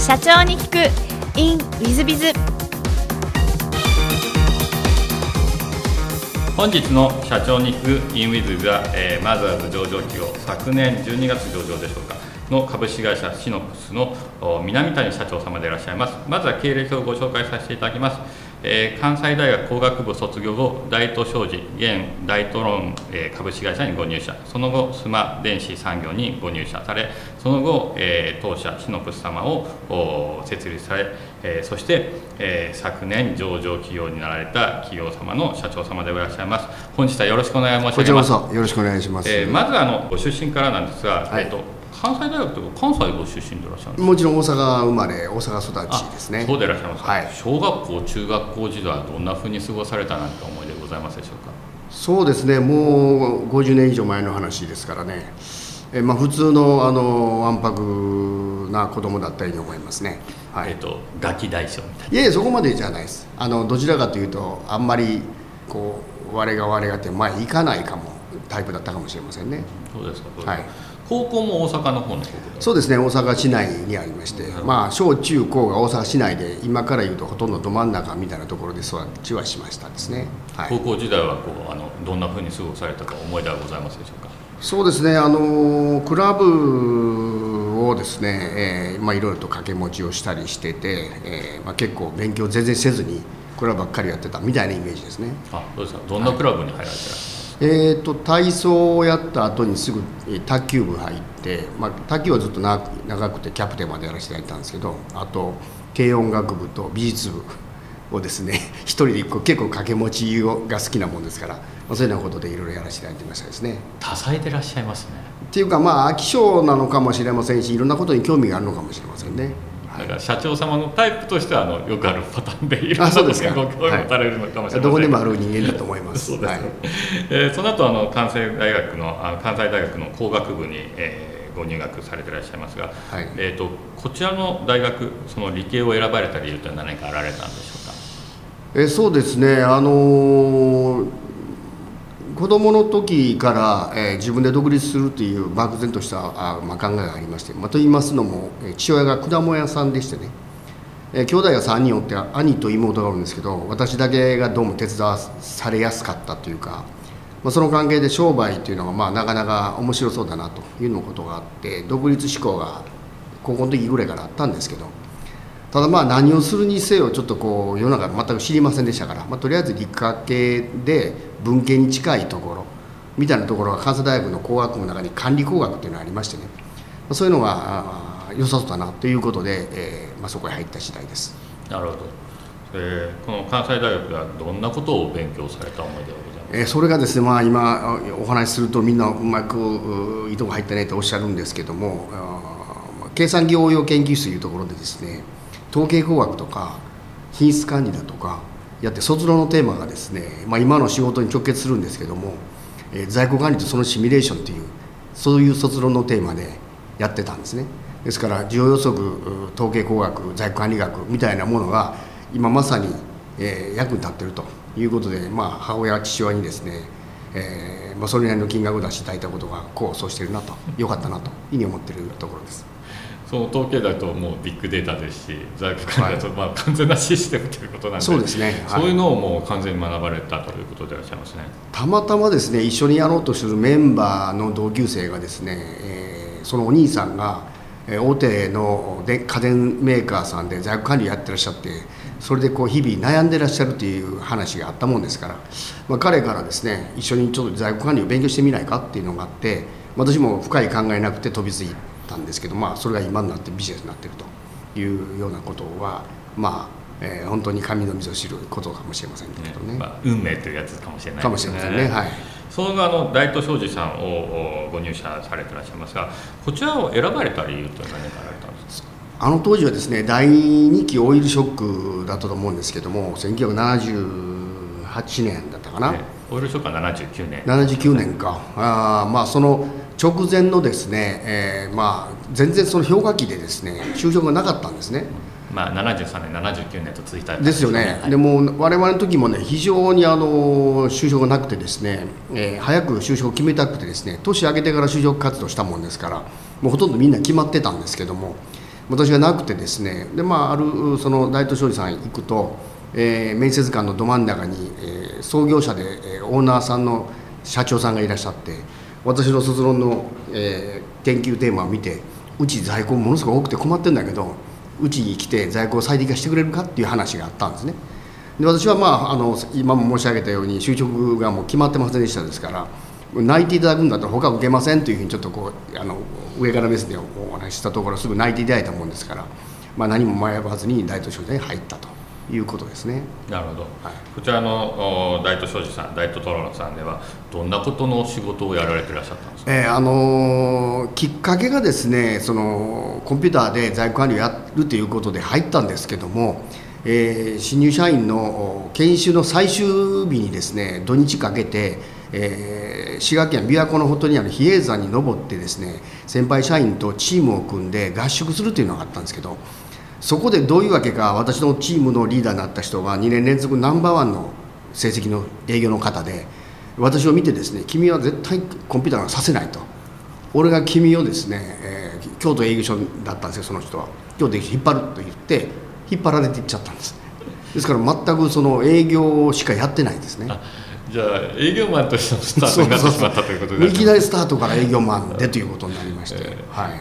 社長に聞く in ウィズビズ。 本日の社長に聞く in ウィズビズは、マザーズ上場企業、昨年12月上場でしょうかの株式会社シノプスの南谷社長様でいらっしゃいます。まずは経歴をご紹介させていただきます。関西大学工学部卒業後、大東商事現大東ロン、株式会社にご入社、その後スマ電子産業にご入社され、その後、当社シノプス様を設立され、そして、昨年上場企業になられた企業様の社長様でいらっしゃいます。本日はよろしくお願い申し上げます。 こちらこそよろしくお願いします。 まずご出身からなんですが、関西大学というか関西ご出身でいらっしゃるんですか？ もちろん大阪生まれ、大阪育ちですね。 そうでいらっしゃいますか。 はい、 小学校、中学校時代はどんなふうに過ごされたなんて思いでございますでしょうか？ そうですね、もう50年以上前の話ですからね、普通のわんぱくな子供だったように思いますね。 はい、ガキ大将みたいな。 いや、そこまでじゃないです。どちらかというとあんまりこう我がって前行かないかもタイプだったかもしれませんね。 そうですか。 はい。 高校も大阪の方の高校？ そうですね、大阪市内にありまして、小中高が大阪市内で、今から言うとほとんどど真ん中みたいなところで育ちはしましたですね。 はい、高校時代はどんなふうに過ごされたか思い出はございますでしょうか？ そうですね、クラブをですね、いろいろと掛け持ちをしたりしてて、結構勉強全然せずにクラブばっかりやってたみたいなイメージですね。 どうですか？どんなクラブに入られてらっしゃいますか？ 体操をやった後にすぐ卓球部入って、卓球はずっと長くてキャプテンまでやらせていただいたんですけど、あと軽音楽部と美術部をですね一人で結構掛け持ちが好きなもんですから、そういうようなことでいろいろやらせていただいてましたですね。 多彩でいらっしゃいますね。 っていうか飽き性なのかもしれませんし、いろんなことに興味があるのかもしれませんね。 だから社長様のタイプとしてはよくあるパターンでいろんなことにご興味持たれるのかもしれません。 どこでもある人間だと思います。 そうです、その後関西大学の工学部に、ご入学されていらっしゃいますが、こちらの大学、その理系を選ばれた理由というのは何かあられたんでしょうか？ そうですね、子供の時から、自分で独立するという漠然とした考えがありまして、と言いますのも、父親が果物屋さんでしてね、兄弟が3人おって、兄と妹がおるんですけど、私だけがどうも手伝わされやすかったというか、その関係で商売というのがなかなか面白そうだなということがあって、独立志向が高校の時ぐらいからあったんですけど、ただ何をするにせよちょっと世の中全く知りませんでしたから、とりあえず理科系で文系に近いところみたいなところが関西大学の工学部の中に管理工学っていうのがありましてね、そういうのが良さそうだなということで、そこへ入った次第です。 なるほど。この関西大学ではどんなことを勉強された思い出がございますか？ それがですね、今お話しするとみんなうまく糸が入ったねとおっしゃるんですけども、計算機応用研究室というところでですね、統計工学とか品質管理だとかやって、卒論のテーマがですね、今の仕事に直結するんですけども、在庫管理とそのシミュレーションという、そういう卒論のテーマでやってたんですね。ですから需要予測、統計工学、在庫管理学みたいなものが今まさに、役に立っているということで、母親父親にですね、それなりの金額を出していただいたことがそうしているなと、よかったなというふうに思っているところです。 その統計だともうビッグデータですし、在庫管理だと完全なシステムということなんで、 そうですね、 そういうのをもう完全に学ばれたということでいらっしゃいますね。 たまたまですね、一緒にやろうとするメンバーの同級生がですね、そのお兄さんが大手の家電メーカーさんで在庫管理やってらっしゃって、それで日々悩んでらっしゃるという話があったもんですから、彼からですね、一緒にちょっと在庫管理を勉強してみないかっていうのがあって、私も深い考えなくて飛びついたんですけど、それが今になってビジネスになっているというようなことは、本当に神のみぞ知ることかもしれませんけどね。 運命というやつかもしれないですね。 かもしれませんね。はい。 その大東商事さんをご入社されていらっしゃいますが、こちらを選ばれた理由というのは何かあられたんですか？ 当時はですね、第2期オイルショックだったと思うんですけども、1978年だったかな。 オイルショックは79年。 79年か。その直前のですね、全然その氷河期でですね、就職がなかったんですね。 73年、79年と続いたですよね。でも我々の時もね、非常に就職がなくてですね、早く就職を決めたくてですね、年明けてから就職活動したもんですから、もうほとんどみんな決まってたんですけども、 私がなくてですね、であるその大東商事さん行くと、面接官のど真ん中に、創業者で、オーナーさんの社長さんがいらっしゃって、私の卒論の、研究テーマを見て、うち在庫ものすごく多くて困ってるんだけど、うちに来て在庫を最適化してくれるかっていう話があったんですね。で私は、今も申し上げたように就職がもう決まってませんでしたですから、泣いていただくんだったら他受けませんというふうにちょっと上から目線でお話ししたところ、すぐ泣いていただいたもんですから、何も迷わずに大東商事に入ったということですね。 なるほど、はい、こちらの大東商事さん、大東トロロさんではどんなことの仕事をやられていらっしゃったんですか？ きっかけがですね、そのコンピューターで在庫管理をやるということで入ったんですけども、新入社員の研修の最終日にですね、土日かけて、滋賀県琵琶湖のほとりにある比叡山に登ってですね、先輩社員とチームを組んで合宿するというのがあったんですけど、そこでどういうわけか私のチームのリーダーになった人が2年連続ナンバーワンの成績の営業の方で、私を見てですね、君は絶対コンピューターがさせないと、俺が君をですね、京都営業所だったんですよ、その人は。京都で引っ張ると言って引っ張られていっちゃったんです。ですから全くその営業しかやってないんですね。 じゃあ営業マンとしてのスタートになってしまったということで、 いきなりスタートから営業マンでということになりまして、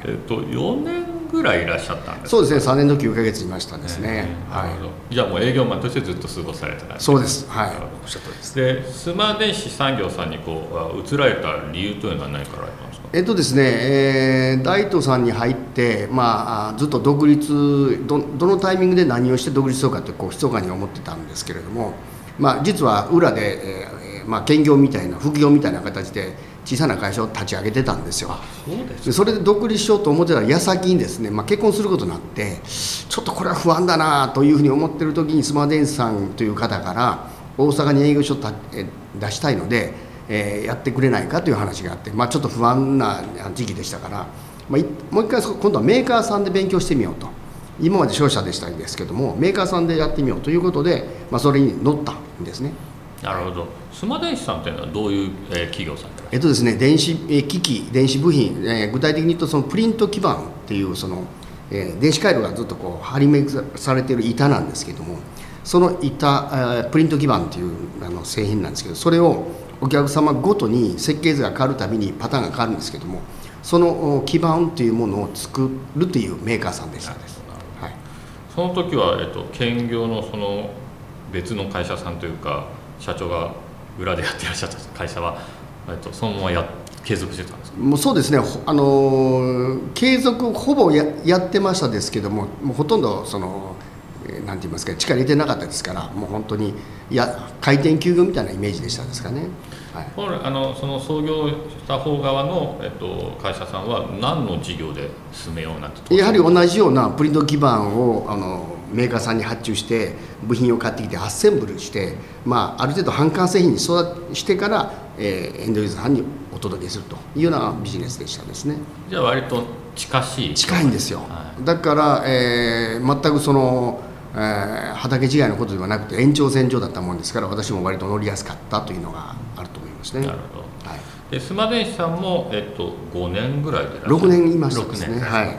4年ぐらいいらっしゃったんですか？ そうですね、3年と9ヶ月いましたですね。 なるほど。じゃあもう営業マンとしてずっと過ごされた感じ？ そうです。はい。 おっしゃったです。で、スマ電子産業さんに移られた理由というのは何からありますか？ ですね、大東さんに入って、ずっと独立 どのタイミングで何をして独立しようかって密かに思ってたんですけれども、実は裏で、兼業みたいな副業みたいな形で小さな会社を立ち上げてたんですよ。 そうです。 でそれで独立しようと思ってた矢先にですね、結婚することになって、ちょっとこれは不安だなというふうに思ってる時にスマ電子さんという方から大阪に営業所を出したいので、やってくれないかという話があって、ちょっと不安な時期でしたから、もう一回今度はメーカーさんで勉強してみようと。今まで商社でしたんですけども、メーカーさんでやってみようということで、それに乗ったんですね。 なるほど。スマ電子さんというのはどういう、企業さんですね、電子機器、電子部品、具体的に言うとそのプリント基板っていうその、電子回路がずっと張り巡らされている板なんですけども、その板、プリント基板っていう製品なんですけど、それをお客様ごとに設計図が変わるたびにパターンが変わるんですけども、その基板というものを作るというメーカーさんでした。はい、 その時は、兼業のその別の会社さんというか社長が裏でやってらっしゃった会社は、そのまま継続してたんですか？ もうそうですね、継続ほぼやってましたですけども、もうほとんどなんて言いますか、力入れてなかったですから、もう本当に開店休業みたいなイメージでしたですかね。はい、 その創業した方側の、会社さんは何の事業で進めようなんて？ やはり同じようなプリント基板をメーカーさんに発注して部品を買ってきてアッセンブルして、ある程度販管製品にしてから、エンドユーザーさんにお届けするというようなビジネスでしたですね。 じゃあ割と近いんですよ。はい、だから、全く畑違いのことではなくて延長線上だったもんですから、私も割と乗りやすかったというのがあると思いますね。 なるほど。はい、でスマ電子さんも、5年ぐらいでいらっしゃる。 6年いましたですね。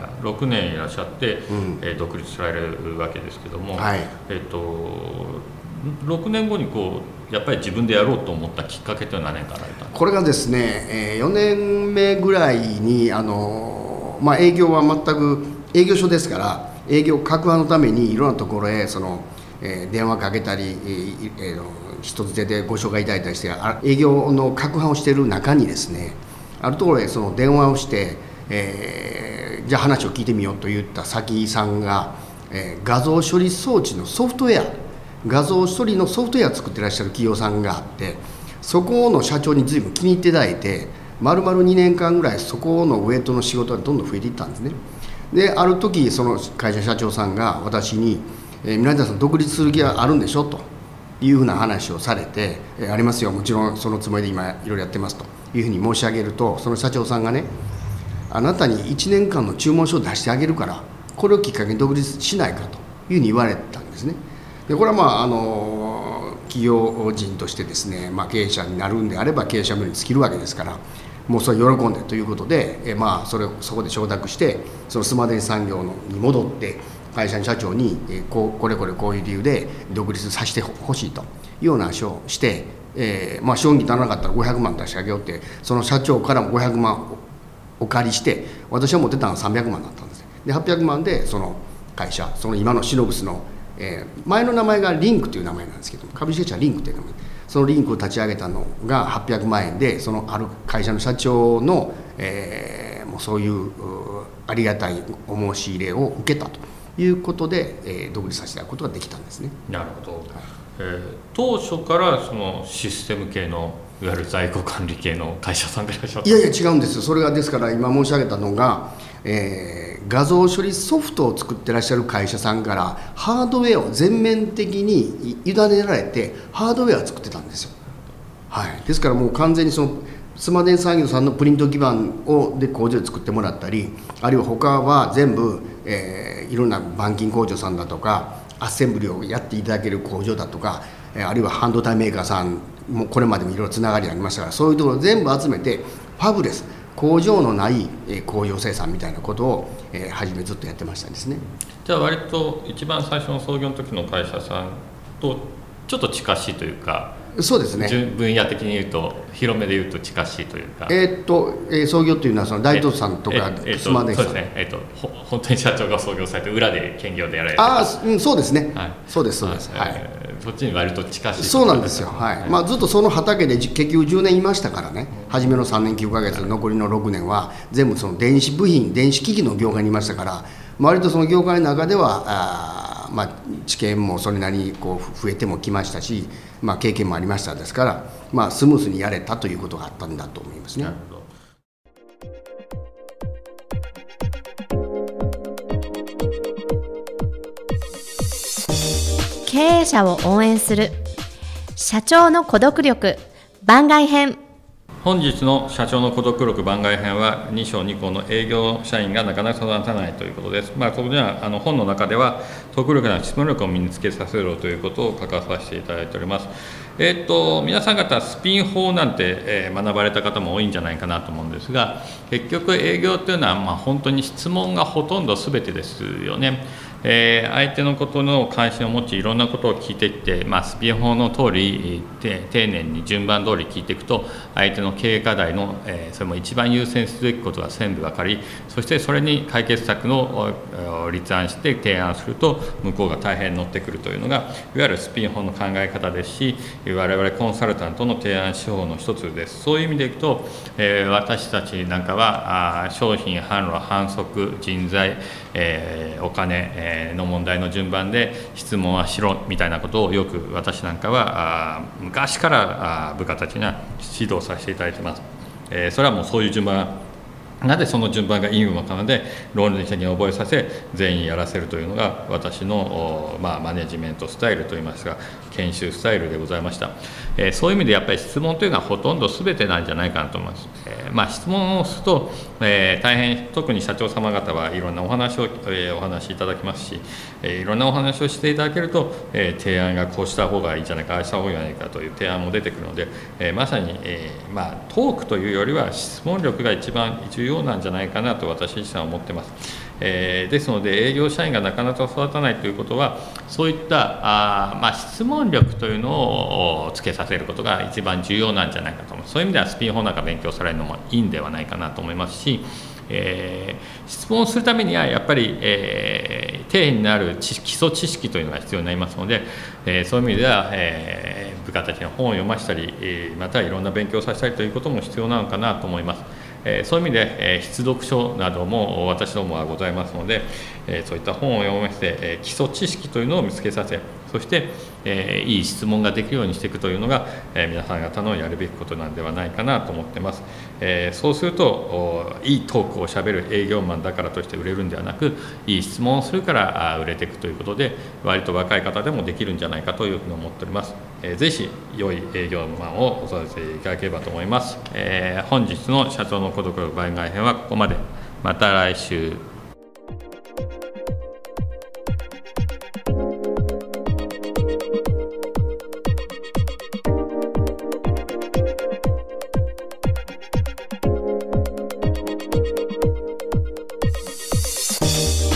6年いらっしゃって、独立されるわけですけども、 はい、 6年後にやっぱり自分でやろうと思ったきっかけというのは何かあられたんですか？ これがですね、4年目ぐらいに営業は全く営業所ですから、営業拡販のためにいろんなところへ電話かけたり、人づてでご紹介いただいたりして、営業の拡販をしている中にですね、あるところへ電話をして、じゃあ話を聞いてみようと言った先さんが、画像処理装置のソフトウェア、画像処理のソフトウェアを作ってらっしゃる企業さんがあって、そこの社長に随分気に入っていただいて、丸々2年間ぐらいそこのウェイトの仕事がどんどん増えていったんですね。である時その会社社長さんが私に「南田さん独立する気があるんでしょ?」というふうな話をされて「ありますよ、もちろんそのつもりで今いろいろやってます」というふうに申し上げると、その社長さんがね「あなたに1年間の注文書を出してあげるからこれをきっかけに独立しないか」というふうに言われたんですね。でこれは企業人としてですね、経営者になるんであれば経営者名に尽きるわけですから、 もうそれ喜んでということで、そこで承諾してそのスマ電産業に戻って会社の社長に、これこういう理由で独立させてほしいというような話をして、承認足らなかったら500万出してあげようって、その社長からも500万お借りして、私は持ってたのは300万だったんです。で800万でその会社、その今のシノブスの、前の名前がリンクという名前なんですけども、株式会社リンクという名前、そのリンクを立ち上げたのが800万円で、そのある会社の社長の、もうそういうありがたいお申し入れを受けたということで、独立させていただくことができたんですね。 なるほど、はい。当初からそのシステム系のいわゆる在庫管理系の会社さんでいらっしゃった？ いや違うんです。それがですから今申し上げたのが、画像処理ソフトを作ってらっしゃる会社さんからハードウェアを全面的に委ねられてハードウェアを作ってたんですよ。はい、ですからもう完全にそのスマ電産業さんのプリント基板で工場で作ってもらったり、あるいは他は全部、いろんな板金工場さんだとかアッセンブリをやっていただける工場だとか、あるいは半導体メーカーさんもこれまでもいろいろつながりありましたから、そういうところを全部集めてファブレス、工場のない工場生産みたいなことを初めずっとやってましたですね。 じゃあ割と一番最初の創業の時の会社さんとちょっと近しいというか、 そうですね、 分野的に言うと広めで言うと近しいというか、 創業というのはその大東さんとかスマ電さん、 そうですね、本当に社長が創業されて裏で兼業でやられてそうですね、はい、そうです、 はい、そっちに割と近しい。 そうなんですよ、はい。ずっとその畑で結局10年いましたからね、初めの3年9ヶ月、残りの6年は全部その電子部品、電子機器の業界にいましたから、割とその業界の中では知見もそれなりにこう増えてもきましたし、経験もありましたですから、スムーズにやれたということがあったんだと思いますね。 なるほど。 経営者を応援する社長の孤独力番外編。 本日の社長の孤独力番外編は2章2項の営業社員がなかなか育たないということです。ここでは本の中ではトーク力や質問力を身につけさせろということを書かさせていただいております。皆さん方スピン法なんて、学ばれた方も多いんじゃないかなと思うんですが、結局営業というのは本当に質問がほとんど全てですよね。相手のことの関心を持ちいろんなことを聞いていって、スピン法の通り丁寧に順番通り聞いていくと、相手の経営課題の、それも一番優先すべきことが全部分かり、そしてそれに解決策の立案して提案すると向こうが大変乗ってくるというのがいわゆるスピン法の考え方ですし、我々コンサルタントの提案手法の一つです。そういう意味でいくと、私たちなんかは商品、販路、販促、人材、お金、の問題の順番で質問はしろみたいなことをよく私なんかは昔から部下たちには指導させていただいています。それはもうそういう順番、なぜその順番がいいのかなで論理的に覚えさせ全員やらせるというのが私の、マネジメントスタイルといいますか研修スタイルでございました。そういう意味でやっぱり質問というのはほとんど全てなんじゃないかなと思います。質問をすると、大変特に社長様方はいろんなお話を、お話しいただきますし、いろんなお話をしていただけると、提案がこうした方がいいんじゃないか、ああした方がいいんじゃないかという提案も出てくるので、まさに、トークというよりは質問力が一番重要なんじゃないかなと私自身は思っています。ですので営業社員がなかなか育たないということはそういった質問力というのをつけさせることが一番重要なんじゃないかと思います。そういう意味ではスピン法なんか勉強されるのもいいんではないかなと思いますし、質問するためにはやっぱり、底辺になる基礎知識というのが必要になりますので、そういう意味では、部下たちの本を読ませたり、またいろんな勉強をさせたりということも必要なのかなと思います。そういう意味で、必読書なども私どもはございますので、そういった本を読ませて、基礎知識というのを見つけさせ、そして、いい質問ができるようにしていくというのが、皆さん方のやるべきことなんではないかなと思っています。そうするといいトークをしゃべる営業マンだからとして売れるんではなく、いい質問をするから売れていくということで、割と若い方でもできるんじゃないかというふうに思っております。ぜひ良い営業マンを育てていただければと思います。本日の社長の孤独力番外編はここまで。また来週。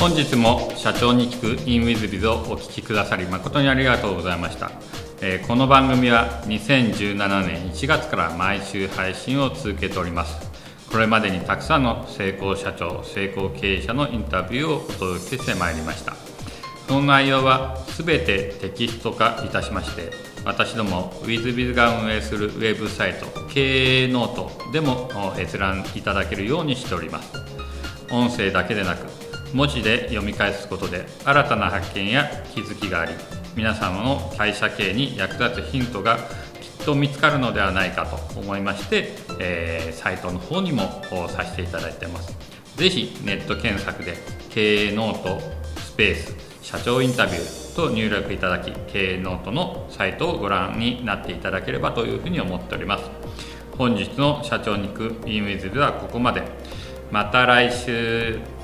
本日も社長に聞く InWithBiz をお聞きくださり誠にありがとうございました。この番組は2017年1月から毎週配信を続けております。これまでにたくさんの成功社長、成功経営者のインタビューをお届けしてまいりました。その内容はすべてテキスト化いたしまして、私ども WithBiz が運営するウェブサイト経営ノートでも閲覧いただけるようにしております。音声だけでなく文字で読み返すことで新たな発見や気づきがあり、皆様の会社経営に役立つヒントがきっと見つかるのではないかと思いまして、サイトの方にもさせていただいています。ぜひネット検索で経営ノートスペース社長インタビューと入力いただき、経営ノートのサイトをご覧になっていただければというふうに思っております。本日の社長に行く InWithBiz はここまで。また来週。